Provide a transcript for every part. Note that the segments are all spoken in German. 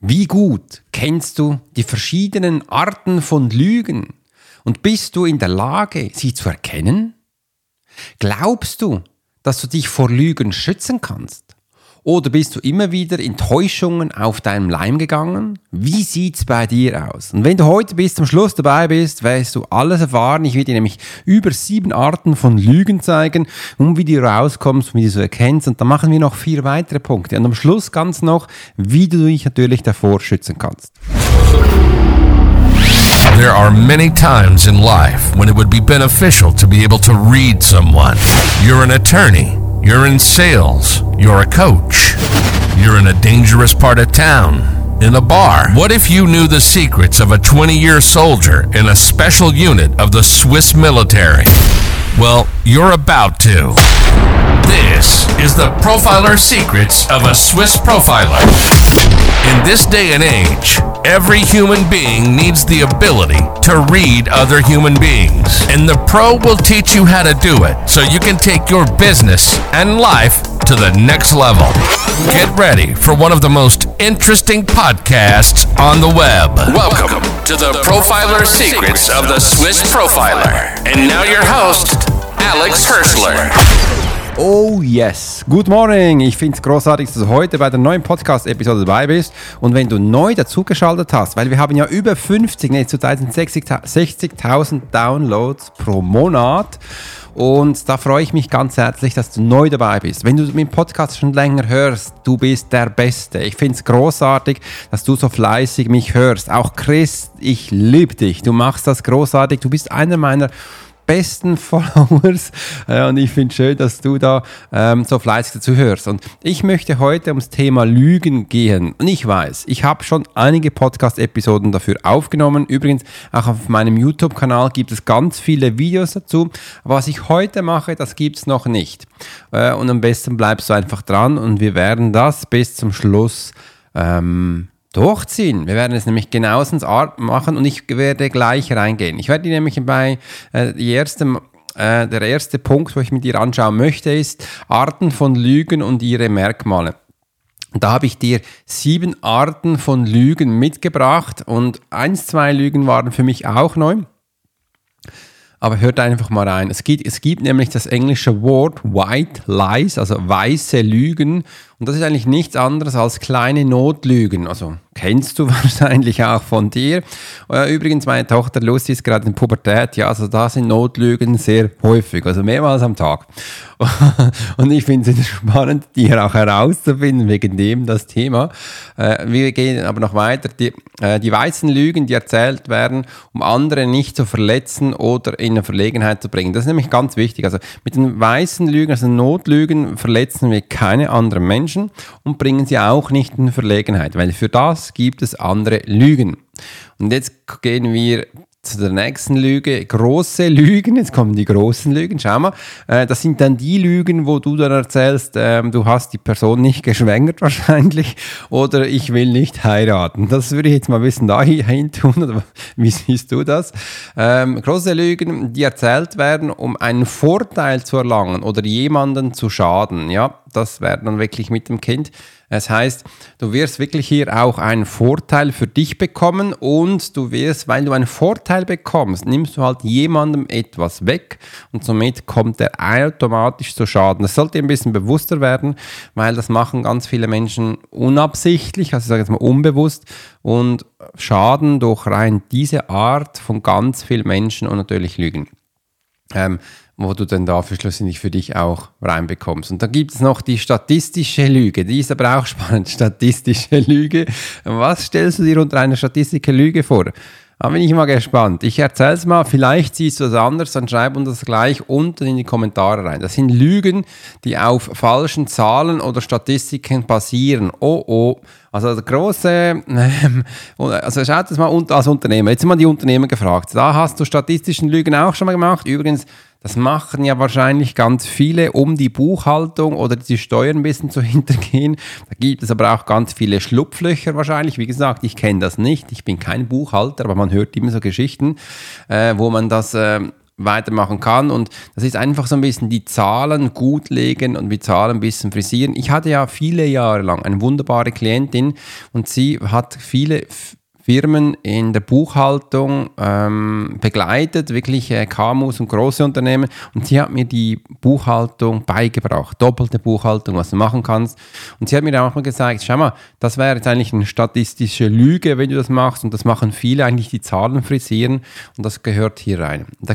Wie gut kennst du die verschiedenen Arten von Lügen und bist du in der Lage, sie zu erkennen? Glaubst du, dass du dich vor Lügen schützen kannst? Oder bist du immer wieder in Täuschungen auf deinem Leim gegangen? Wie sieht's bei dir aus? Und wenn du heute bis zum Schluss dabei bist, wirst du alles erfahren. Ich werde dir nämlich über 7 Arten von Lügen zeigen, wie du rauskommst, wie du so erkennst. Und dann machen wir noch 4 weitere Punkte. Und am Schluss ganz noch, wie du dich natürlich davor schützen kannst. There are many times in life when it would be beneficial to be able to read someone. You're an attorney. You're in sales. You're a coach. You're in a dangerous part of town. In a bar. What if you knew the secrets of a 20-year soldier in a special unit of the Swiss military? Well, you're about to. This is the Profiler Secrets of a Swiss Profiler. In this day and age, every human being needs the ability to read other human beings. And the pro will teach you how to do it so you can take your business and life to the next level. Get ready for one of the most interesting podcasts on the web. Welcome to the Profiler Secrets of the Swiss Profiler. And now your host, Alex Hirschler. Oh yes, good morning. Ich finde es großartig, dass du heute bei der neuen Podcast-Episode dabei bist. Und wenn du neu dazugeschaltet hast, weil wir haben ja über zurzeit sind 60.000 Downloads pro Monat. Und da freue ich mich ganz herzlich, dass du neu dabei bist. Wenn du meinen Podcast schon länger hörst, du bist der Beste. Ich finde es großartig, dass du so fleißig mich hörst. Auch Chris, ich liebe dich. Du machst das großartig. Du bist einer meiner besten Followers und ich finde es schön, dass du da so fleißig dazu hörst. Und ich möchte heute ums Thema Lügen gehen. Und ich weiß, ich habe schon einige Podcast-Episoden dafür aufgenommen. Übrigens, auch auf meinem YouTube-Kanal gibt es ganz viele Videos dazu. Aber was ich heute mache, das gibt es noch nicht. Und am besten bleibst du einfach dran und wir werden das bis zum Schluss durchziehen. Wir werden es nämlich genauestens machen und ich werde gleich reingehen. Ich werde dir nämlich bei der erste Punkt, wo ich mit dir anschauen möchte, ist Arten von Lügen und ihre Merkmale. Da habe ich dir 7 Arten von Lügen mitgebracht und 2 Lügen waren für mich auch neu. Aber hört einfach mal rein. Es gibt nämlich das englische Wort White Lies, also weiße Lügen. Und das ist eigentlich nichts anderes als kleine Notlügen. Also kennst du wahrscheinlich auch von dir. Übrigens, meine Tochter Lucy ist gerade in Pubertät. Ja, also da sind Notlügen sehr häufig, also mehrmals am Tag. Und ich finde es spannend, die auch herauszufinden, wegen das Thema. Wir gehen aber noch weiter. Die weißen Lügen, die erzählt werden, um andere nicht zu verletzen oder in eine Verlegenheit zu bringen. Das ist nämlich ganz wichtig. Also mit den weißen Lügen, also Notlügen, verletzen wir keine anderen Menschen und bringen sie auch nicht in Verlegenheit, weil für das gibt es andere Lügen. Und jetzt gehen wir zu der nächsten Lüge, große Lügen, jetzt kommen die großen Lügen, schau mal, das sind dann die Lügen, wo du dann erzählst, du hast die Person nicht geschwängert wahrscheinlich oder ich will nicht heiraten. Das würde ich jetzt mal ein bisschen dahin tun, oder wie siehst du das? Große Lügen, die erzählt werden, um einen Vorteil zu erlangen oder jemanden zu schaden, ja, das wäre dann wirklich mit dem Kind. Das heißt, du wirst wirklich hier auch einen Vorteil für dich bekommen und du wirst, weil du einen Vorteil bekommst, nimmst du halt jemandem etwas weg und somit kommt er automatisch zu Schaden. Das sollte ein bisschen bewusster werden, weil das machen ganz viele Menschen unabsichtlich, also ich sage jetzt mal unbewusst und schaden durch rein diese Art von ganz vielen Menschen und natürlich Lügen. Wo du dann dafür schlussendlich für dich auch reinbekommst. Und dann gibt es noch die statistische Lüge, die ist aber auch spannend, statistische Lüge. Was stellst du dir unter einer statistischen Lüge vor? Da bin ich mal gespannt. Ich erzähle es mal, vielleicht siehst du es anders, dann schreib uns das gleich unten in die Kommentare rein. Das sind Lügen, die auf falschen Zahlen oder Statistiken basieren. Oh. Also der große, also schaut das mal als Unternehmer. Jetzt sind mal die Unternehmer gefragt. Da hast du statistischen Lügen auch schon mal gemacht. Übrigens, das machen ja wahrscheinlich ganz viele, um die Buchhaltung oder die Steuern ein bisschen zu hintergehen. Da gibt es aber auch ganz viele Schlupflöcher wahrscheinlich. Wie gesagt, ich kenne das nicht. Ich bin kein Buchhalter, aber man hört immer so Geschichten, wo man das weitermachen kann. Und das ist einfach so ein bisschen die Zahlen gut legen und die Zahlen ein bisschen frisieren. Ich hatte ja viele Jahre lang eine wunderbare Klientin und sie hat viele Firmen in der Buchhaltung begleitet, wirklich KMUs und große Unternehmen, und sie hat mir die Buchhaltung beigebracht, doppelte Buchhaltung, was du machen kannst, und sie hat mir dann auch mal gesagt, schau mal, das wäre jetzt eigentlich eine statistische Lüge, wenn du das machst, und das machen viele eigentlich, die Zahlen frisieren, und das gehört hier rein. Da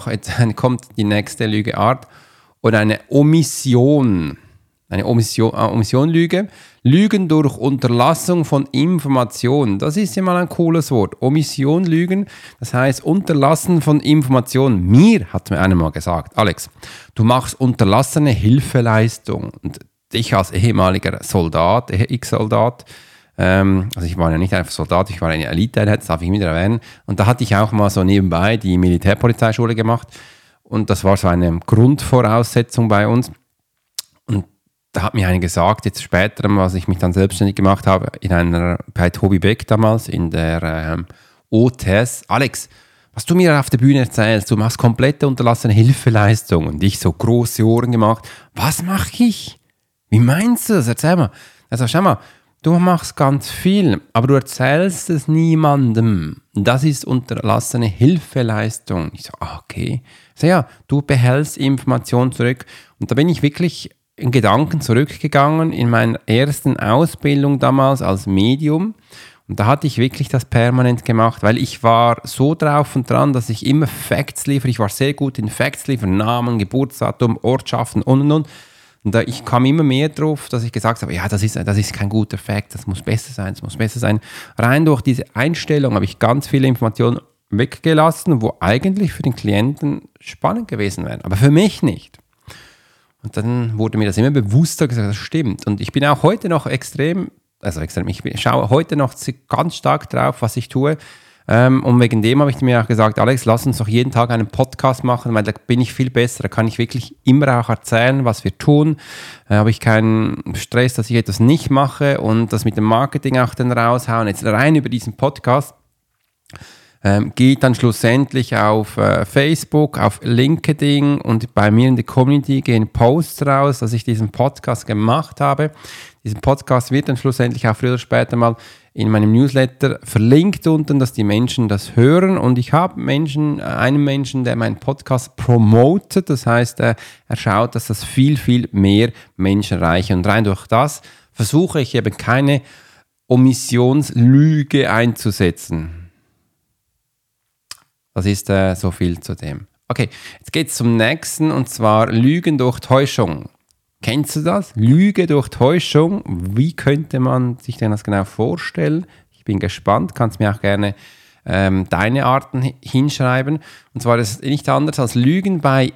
kommt die nächste Lügeart und eine Omission. Eine Omissionlüge. Lügen durch Unterlassung von Informationen. Das ist ja mal ein cooles Wort. Omissionlügen, das heißt Unterlassen von Informationen. Mir hat mir einer mal gesagt, Alex, du machst unterlassene Hilfeleistung. Und ich als ehemaliger Soldat, Ex-Soldat, also ich war ja nicht einfach Soldat, ich war eine Elite-Einheit, das darf ich wieder erwähnen. Und da hatte ich auch mal so nebenbei die Militärpolizeischule gemacht. Und das war so eine Grundvoraussetzung bei uns. Und da hat mir einer gesagt, jetzt später, als ich mich dann selbstständig gemacht habe, bei Tobi Beck damals, in der OTS, Alex, was du mir auf der Bühne erzählst, du machst komplette unterlassene Hilfeleistung. Und ich so große Ohren gemacht, was mache ich? Wie meinst du das? Erzähl mal. Also schau mal, du machst ganz viel, aber du erzählst es niemandem. Das ist unterlassene Hilfeleistung. Ich so, okay. So, ja, du behältst Informationen zurück. Und da bin ich wirklich in Gedanken zurückgegangen in meiner ersten Ausbildung damals als Medium. Und da hatte ich wirklich das permanent gemacht, weil ich war so drauf und dran, dass ich immer Facts liefere. Ich war sehr gut in Facts liefern, Namen, Geburtsdatum, Ortschaften und. Und da ich kam immer mehr drauf, dass ich gesagt habe, ja, das ist kein guter Fact, das muss besser sein. Rein durch diese Einstellung habe ich ganz viele Informationen weggelassen, wo eigentlich für den Klienten spannend gewesen wären, aber für mich nicht. Und dann wurde mir das immer bewusster gesagt, das stimmt. Und ich bin auch heute noch ich schaue heute noch ganz stark drauf, was ich tue. Und wegen dem habe ich mir auch gesagt, Alex, lass uns doch jeden Tag einen Podcast machen, weil da bin ich viel besser. Da kann ich wirklich immer auch erzählen, was wir tun. Da habe ich keinen Stress, dass ich etwas nicht mache und das mit dem Marketing auch dann raushauen. Jetzt rein über diesen Podcast. Geht dann schlussendlich auf Facebook, auf LinkedIn und bei mir in der Community gehen Posts raus, dass ich diesen Podcast gemacht habe. Diesen Podcast wird dann schlussendlich auch früher oder später mal in meinem Newsletter verlinkt unten, dass die Menschen das hören. Und ich habe einen Menschen, der meinen Podcast promotet. Das heißt, er schaut, dass das viel, viel mehr Menschen erreicht. Und rein durch das versuche ich eben keine Omissionslüge einzusetzen. Das ist so viel zu dem. Okay, jetzt geht es zum nächsten, und zwar Lügen durch Täuschung. Kennst du das? Lüge durch Täuschung. Wie könnte man sich denn das genau vorstellen? Ich bin gespannt. Kannst mir auch gerne deine Arten hinschreiben. Und zwar ist es nicht anders als Lügen bei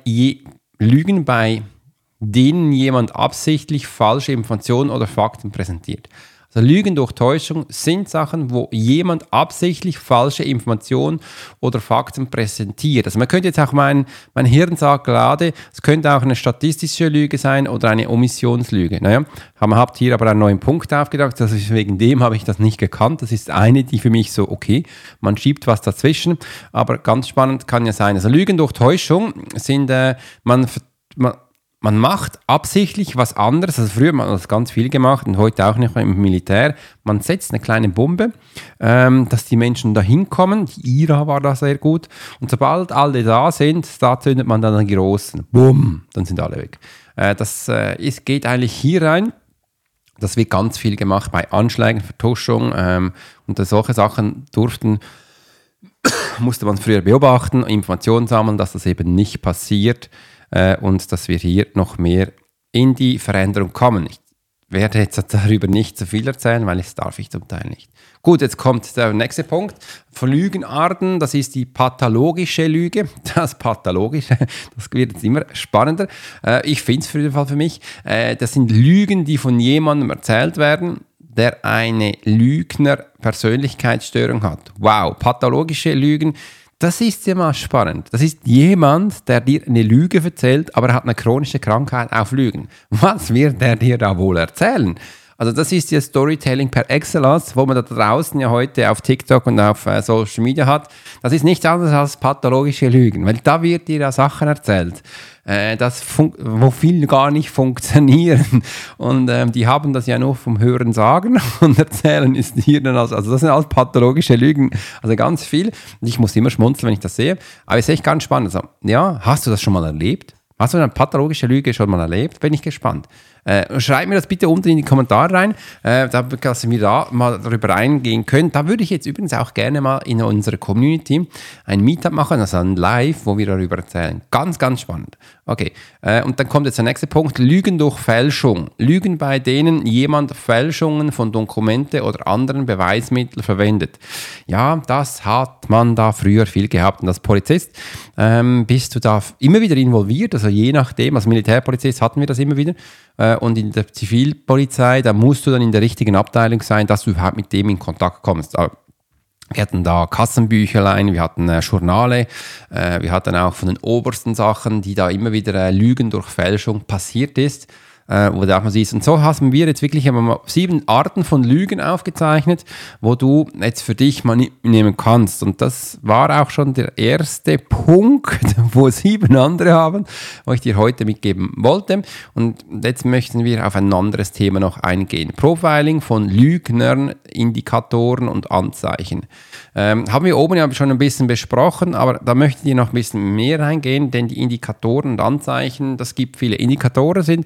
denen jemand absichtlich falsche Informationen oder Fakten präsentiert. Also Lügen durch Täuschung sind Sachen, wo jemand absichtlich falsche Informationen oder Fakten präsentiert. Also man könnte jetzt auch mein Hirn sagt gerade, es könnte auch eine statistische Lüge sein oder eine Omissionslüge. Naja, man hat hier aber einen neuen Punkt aufgedacht, also wegen dem habe ich das nicht gekannt. Das ist eine, die für mich so, okay, man schiebt was dazwischen, aber ganz spannend kann ja sein. Also Lügen durch Täuschung sind, man macht absichtlich was anderes, also früher hat man das ganz viel gemacht und heute auch nicht im Militär. Man setzt eine kleine Bombe, dass die Menschen da hinkommen. Die IRA war da sehr gut. Und sobald alle da sind, da zündet man dann den großen. Bumm, dann sind alle weg. Das geht eigentlich hier rein. Das wird ganz viel gemacht bei Anschlägen, Vertuschung und solche Sachen musste man früher beobachten, Informationen sammeln, dass das eben nicht passiert. Und dass wir hier noch mehr in die Veränderung kommen. Ich werde jetzt darüber nicht so viel erzählen, weil das darf ich zum Teil nicht. Gut, jetzt kommt der nächste Punkt. Von Lügenarten, das ist die pathologische Lüge. Das Pathologische, das wird jetzt immer spannender. Ich finde es für den Fall für mich. Das sind Lügen, die von jemandem erzählt werden, der eine Lügner-Persönlichkeitsstörung hat. Wow, pathologische Lügen. Das ist ja mal spannend. Das ist jemand, der dir eine Lüge erzählt, aber er hat eine chronische Krankheit auf Lügen. Was wird der dir da wohl erzählen? Also das ist ja Storytelling per excellence, wo man da draußen ja heute auf TikTok und auf Social Media hat. Das ist nichts anderes als pathologische Lügen, weil da wird dir ja Sachen erzählt, wo viel gar nicht funktionieren. Und die haben das ja nur vom Hören sagen und erzählen ist hier dann also das sind alles pathologische Lügen, also ganz viel. Und ich muss immer schmunzeln, wenn ich das sehe. Aber es ist echt ganz spannend. Also, ja, hast du das schon mal erlebt? Hast du eine pathologische Lüge schon mal erlebt? Bin ich gespannt. Schreib mir das bitte unten in die Kommentare rein, dass wir da mal darüber eingehen können. Da würde ich jetzt übrigens auch gerne mal in unserer Community ein Meetup machen, also ein Live, wo wir darüber erzählen. Ganz, ganz spannend. Okay, und dann kommt jetzt der nächste Punkt, Lügen durch Fälschung. Lügen, bei denen jemand Fälschungen von Dokumente oder anderen Beweismitteln verwendet. Ja, das hat man da früher viel gehabt. Und als Polizist bist du da immer wieder involviert, also je nachdem, als Militärpolizist hatten wir das immer wieder. Und in der Zivilpolizei, da musst du dann in der richtigen Abteilung sein, dass du überhaupt mit dem in Kontakt kommst. Wir hatten da Kassenbücherlein, wir hatten Journale, wir hatten auch von den obersten Sachen, die da immer wieder Lügen durch Fälschung passiert ist. Wo du auch mal siehst. Und so haben wir jetzt wirklich 7 Arten von Lügen aufgezeichnet, wo du jetzt für dich mal nehmen kannst. Und das war auch schon der erste Punkt, wo 7 andere haben, wo ich dir heute mitgeben wollte. Und jetzt möchten wir auf ein anderes Thema noch eingehen. Profiling von Lügnern, Indikatoren und Anzeichen. Haben wir oben ja schon ein bisschen besprochen, aber da möchte ich noch ein bisschen mehr reingehen, denn die Indikatoren und Anzeichen, das gibt viele Indikatoren sind,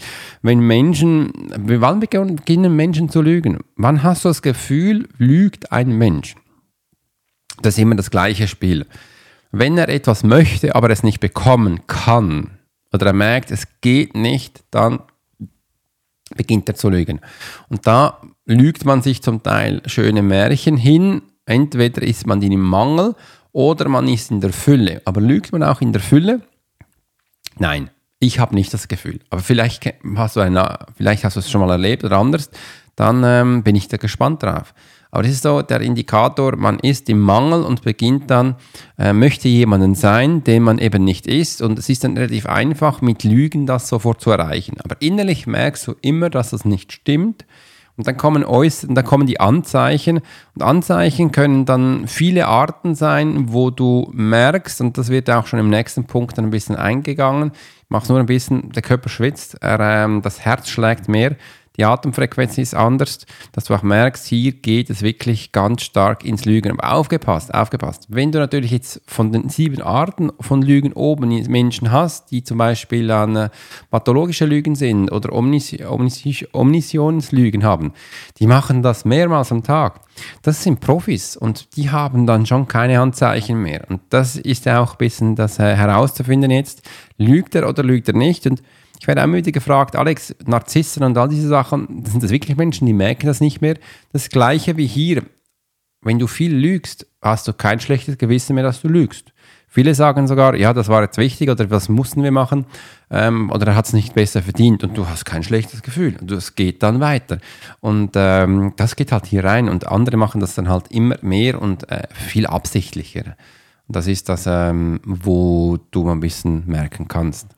wann beginnen Menschen zu lügen? Wann hast du das Gefühl, lügt ein Mensch? Das ist immer das gleiche Spiel. Wenn er etwas möchte, aber es nicht bekommen kann, oder er merkt, es geht nicht, dann beginnt er zu lügen. Und da lügt man sich zum Teil schöne Märchen hin. Entweder ist man im Mangel oder man ist in der Fülle. Aber lügt man auch in der Fülle? Nein. Ich habe nicht das Gefühl, aber vielleicht hast du es schon mal erlebt oder anders, dann bin ich da gespannt drauf. Aber das ist so der Indikator, man ist im Mangel und beginnt dann, möchte jemanden sein, den man eben nicht ist, und es ist dann relativ einfach, mit Lügen das sofort zu erreichen. Aber innerlich merkst du immer, dass das nicht stimmt. Und dann kommen die Anzeichen. Und Anzeichen können dann viele Arten sein, wo du merkst, und das wird auch schon im nächsten Punkt dann ein bisschen eingegangen, ich mache es nur ein bisschen, der Körper schwitzt, das Herz schlägt mehr, die Atemfrequenz ist anders, dass du auch merkst, hier geht es wirklich ganz stark ins Lügen. Aber aufgepasst. Wenn du natürlich jetzt von den 7 Arten von Lügen oben Menschen hast, die zum Beispiel an pathologische Lügen sind oder Omnissionslügen haben, die machen das mehrmals am Tag. Das sind Profis und die haben dann schon keine Anzeichen mehr. Und das ist ja auch ein bisschen das herauszufinden jetzt. Lügt er oder lügt er nicht? Und ich werde immer wieder gefragt, Alex, Narzissen und all diese Sachen, sind das wirklich Menschen, die merken das nicht mehr? Das Gleiche wie hier. Wenn du viel lügst, hast du kein schlechtes Gewissen mehr, dass du lügst. Viele sagen sogar, ja, das war jetzt wichtig oder was mussten wir machen oder er hat es nicht besser verdient und du hast kein schlechtes Gefühl. Und es geht dann weiter. Und das geht halt hier rein und andere machen das dann halt immer mehr und viel absichtlicher. Und das ist das, wo du mal ein bisschen merken kannst.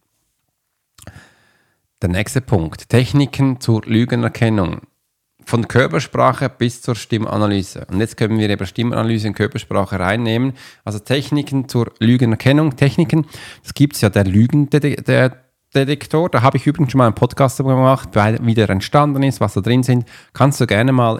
Der nächste Punkt, Techniken zur Lügenerkennung. Von Körpersprache bis zur Stimmanalyse. Und jetzt können wir eben Stimmanalyse und Körpersprache reinnehmen. Also Techniken zur Lügenerkennung. Techniken, das gibt es ja, der Lügendetektor. Da habe ich übrigens schon mal einen Podcast gemacht, weil wieder entstanden ist, was da drin sind. Kannst du gerne mal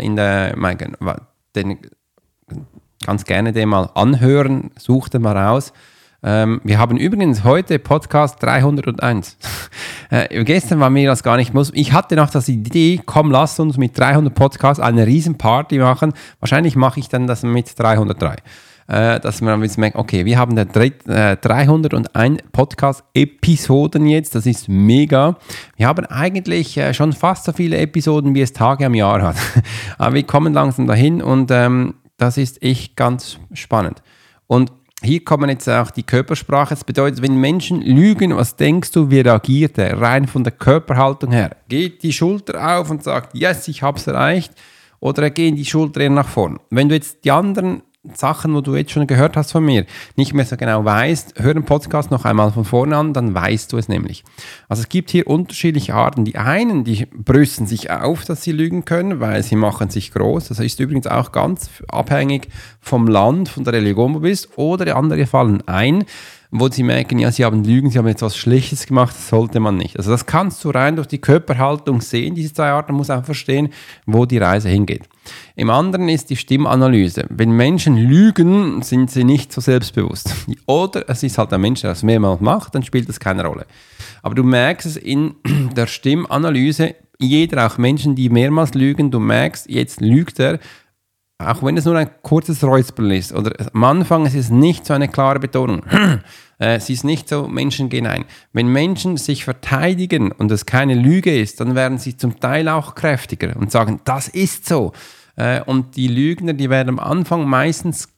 ganz gerne den mal anhören. Such den mal raus. Wir haben übrigens heute Podcast 301. Gestern war mir das gar nicht muss. Ich hatte noch das Idee, komm, lass uns mit 300 Podcasts eine riesen Party machen. Wahrscheinlich mache ich dann das mit 303. Dass man dann merkt, okay, wir haben 301 Podcast-Episoden jetzt. Das ist mega. Wir haben eigentlich schon fast so viele Episoden, wie es Tage am Jahr hat. Aber wir kommen langsam dahin und das ist echt ganz spannend. Und hier kommen jetzt auch die Körpersprache. Das bedeutet, wenn Menschen lügen, was denkst du, wie reagiert er? Rein von der Körperhaltung her. Geht die Schulter auf und sagt, yes, ich habe es erreicht? Oder gehen die Schulter eher nach vorn? Wenn du jetzt die anderen Sachen, wo du jetzt schon gehört hast von mir, nicht mehr so genau weißt, hör den Podcast noch einmal von vorne an, dann weißt du es nämlich. Also es gibt hier unterschiedliche Arten. Die einen, die brüsten sich auf, dass sie lügen können, weil sie machen sich groß. Das ist übrigens auch ganz abhängig vom Land, von der Religion, wo du bist. Oder die anderen fallen ein, wo sie merken, ja, sie haben Lügen, sie haben jetzt was Schlechtes gemacht, das sollte man nicht. Also das kannst du rein durch die Körperhaltung sehen, diese zwei Arten, muss auch verstehen, wo die Reise hingeht. Im anderen ist die Stimmanalyse. Wenn Menschen lügen, sind sie nicht so selbstbewusst. Oder es ist halt ein Mensch, der das mehrmals macht, dann spielt das keine Rolle. Aber du merkst es in der Stimmanalyse, jeder, auch Menschen, die mehrmals lügen, du merkst, jetzt lügt er, auch wenn es nur ein kurzes Räuspern ist, oder am Anfang ist es nicht so eine klare Betonung. Es ist nicht so, Menschen gehen ein. Wenn Menschen sich verteidigen und es keine Lüge ist, dann werden sie zum Teil auch kräftiger und sagen, das ist so. Und die Lügner, die werden am Anfang meistens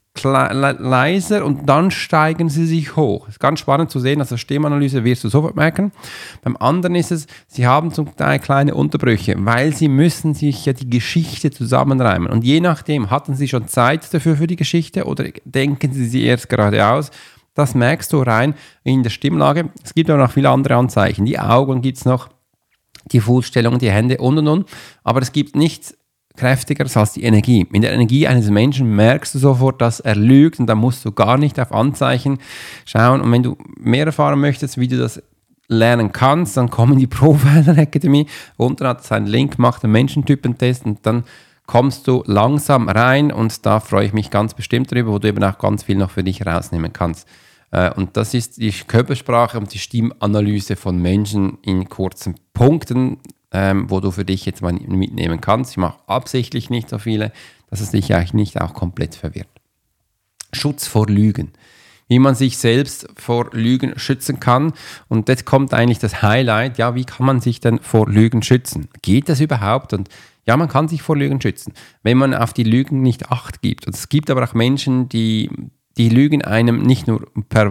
leiser und dann steigen sie sich hoch. Das ist ganz spannend zu sehen, also Stimmanalyse wirst du sofort merken. Beim anderen ist es, sie haben zum Teil kleine Unterbrüche, weil sie müssen sich ja die Geschichte zusammenreimen. Und je nachdem, hatten sie schon Zeit dafür für die Geschichte oder denken sie erst gerade aus. Das merkst du rein in der Stimmlage. Es gibt auch noch viele andere Anzeichen. Die Augen gibt es noch, die Fußstellung, die Hände und. Aber es gibt nichts kräftigeres als die Energie. In der Energie eines Menschen merkst du sofort, dass er lügt und da musst du gar nicht auf Anzeichen schauen. Und wenn du mehr erfahren möchtest, wie du das lernen kannst, dann komm in die Profiler Academy. Unten hat es einen Link, mach den Menschentypentest und dann kommst du langsam rein und da freue ich mich ganz bestimmt drüber, wo du eben auch ganz viel noch für dich rausnehmen kannst. Und das ist die Körpersprache und die Stimmanalyse von Menschen in kurzen Punkten, wo du für dich jetzt mal mitnehmen kannst. Ich mache absichtlich nicht so viele, dass es dich eigentlich nicht auch komplett verwirrt. Schutz vor Lügen. Wie man sich selbst vor Lügen schützen kann. Und jetzt kommt eigentlich das Highlight. Ja, wie kann man sich denn vor Lügen schützen? Geht das überhaupt? Und ja, man kann sich vor Lügen schützen, wenn man auf die Lügen nicht Acht gibt. Und es gibt aber auch Menschen, die lügen einem nicht nur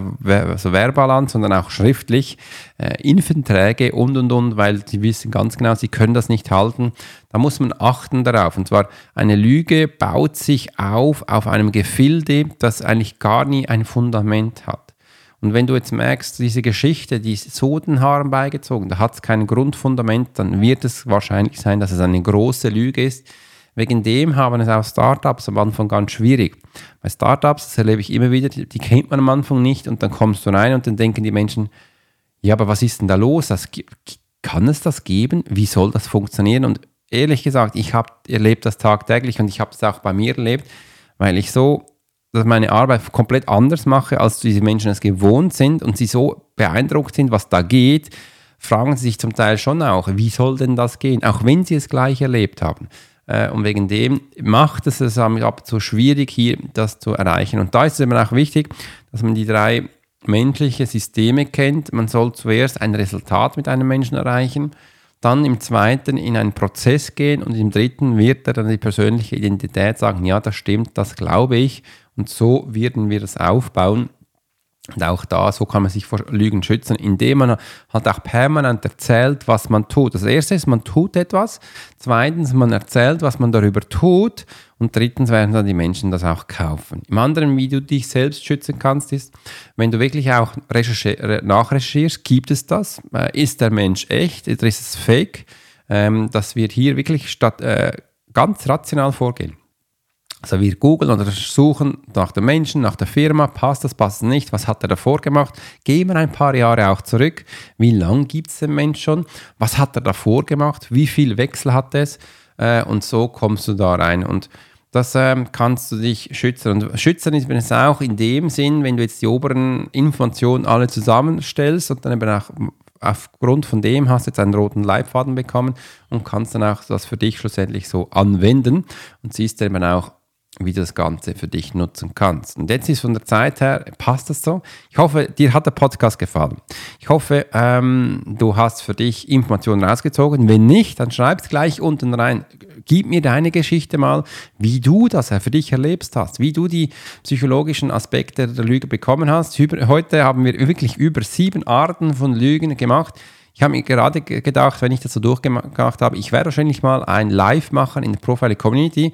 verbal an, sondern auch schriftlich, in Verträge und, weil sie wissen ganz genau, sie können das nicht halten. Da muss man achten darauf. Und zwar, eine Lüge baut sich auf einem Gefilde, das eigentlich gar nie ein Fundament hat. Und wenn du jetzt merkst, diese Geschichte, die ist so den Haaren beigezogen, da hat es kein Grundfundament, dann wird es wahrscheinlich sein, dass es eine große Lüge ist. Wegen dem haben es auch Startups am Anfang ganz schwierig. Bei Startups, das erlebe ich immer wieder, die kennt man am Anfang nicht und dann kommst du rein und dann denken die Menschen, ja, aber was ist denn da los? Kann es das geben? Wie soll das funktionieren? Und ehrlich gesagt, ich erlebe das tagtäglich und ich habe es auch bei mir erlebt, weil ich so dass meine Arbeit komplett anders mache, als diese Menschen es gewohnt sind und sie so beeindruckt sind, was da geht, fragen sie sich zum Teil schon auch, wie soll denn das gehen, auch wenn sie es gleich erlebt haben. Und wegen dem macht es ab und zu schwierig, hier das zu erreichen. Und da ist es eben auch wichtig, dass man die 3 menschliche Systeme kennt. Man soll zuerst ein Resultat mit einem Menschen erreichen, dann im zweiten in einen Prozess gehen und im dritten wird er dann die persönliche Identität sagen, ja, das stimmt, das glaube ich. Und so werden wir das aufbauen. Und auch da, so kann man sich vor Lügen schützen, indem man halt auch permanent erzählt, was man tut. Das erste ist, man tut etwas. Zweitens, man erzählt, was man darüber tut. Und drittens werden dann die Menschen das auch kaufen. Im anderen, wie du dich selbst schützen kannst, ist, wenn du wirklich auch nachrecherchierst, gibt es das? Ist der Mensch echt? Oder ist es fake? Dass wir hier wirklich ganz rational vorgehen. Also wir googeln oder suchen nach dem Menschen, nach der Firma, passt das nicht, was hat er davor gemacht, gehen wir ein paar Jahre auch zurück, wie lange gibt es den Mensch schon, was hat er davor gemacht, wie viel Wechsel hat es und so kommst du da rein und das kannst du dich schützen. Und schützen ist es auch in dem Sinn, wenn du jetzt die oberen Informationen alle zusammenstellst und dann eben auch aufgrund von dem hast du jetzt einen roten Leitfaden bekommen und kannst dann auch das für dich schlussendlich so anwenden und siehst eben auch, wie du das Ganze für dich nutzen kannst. Und jetzt ist von der Zeit her, passt das so? Ich hoffe, dir hat der Podcast gefallen. Ich hoffe, du hast für dich Informationen rausgezogen. Wenn nicht, dann schreib es gleich unten rein. Gib mir deine Geschichte mal, wie du das für dich erlebt hast, wie du die psychologischen Aspekte der Lüge bekommen hast. Heute haben wir wirklich über 7 Arten von Lügen gemacht. Ich habe mir gerade gedacht, wenn ich das so durchgemacht habe, ich werde wahrscheinlich mal ein Live machen in der Profiler Community,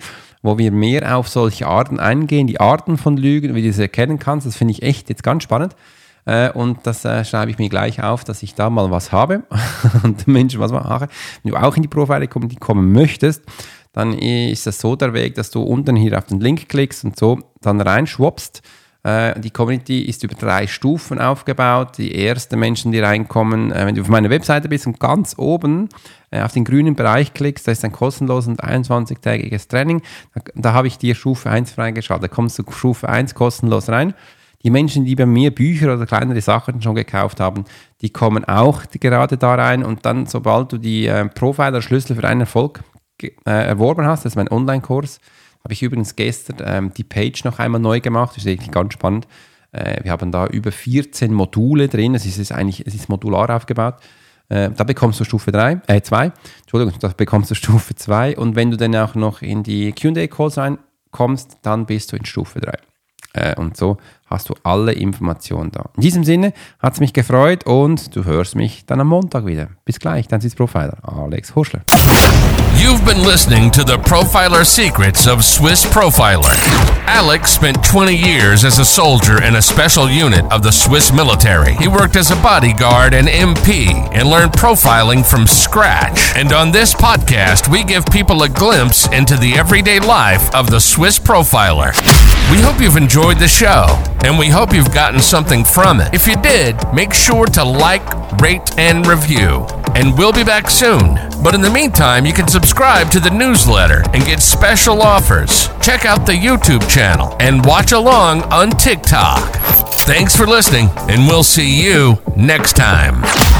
wo wir mehr auf solche Arten eingehen, die Arten von Lügen, wie du sie erkennen kannst. Das finde ich echt jetzt ganz spannend. Und das schreibe ich mir gleich auf, dass ich da mal was habe und Menschen was mache. Wenn du auch in die Profiler-Community kommen möchtest, dann ist das so der Weg, dass du unten hier auf den Link klickst und so dann reinschwuppst. Die Community ist über 3 Stufen aufgebaut. Die ersten Menschen, die reinkommen, wenn du auf meiner Webseite bist und ganz oben auf den grünen Bereich klickst, da ist ein kostenloses und 21-tägiges Training. Da habe ich dir Stufe 1 freigeschaltet. Da kommst du Stufe 1 kostenlos rein. Die Menschen, die bei mir Bücher oder kleinere Sachen schon gekauft haben, die kommen auch gerade da rein. Und dann, sobald du die Profiler-Schlüssel für deinen Erfolg erworben hast, das ist mein Online-Kurs, habe ich übrigens gestern die Page noch einmal neu gemacht. Das ist wirklich ganz spannend. Wir haben da über 14 Module drin. Es ist modular aufgebaut. Da bekommst du Stufe 2. Da bekommst du Stufe 2. Und wenn du dann auch noch in die Q&A-Calls reinkommst, dann bist du in Stufe 3. Und so hast du alle Informationen da. In diesem Sinne hat es mich gefreut und du hörst mich dann am Montag wieder. Bis gleich, dein Swiss Profiler, Alex Horschler. You've been listening to the Profiler Secrets of Swiss Profiler. Alex spent 20 years as a soldier in a special unit of the Swiss military. He worked as a bodyguard and MP and learned profiling from scratch. And on this podcast, we give people a glimpse into the everyday life of the Swiss Profiler. We hope you've enjoyed the show, and we hope you've gotten something from it. If you did, make sure to like, rate, and review. And we'll be back soon. But in the meantime, you can subscribe to the newsletter and get special offers. Check out the YouTube channel and watch along on TikTok. Thanks for listening, and we'll see you next time.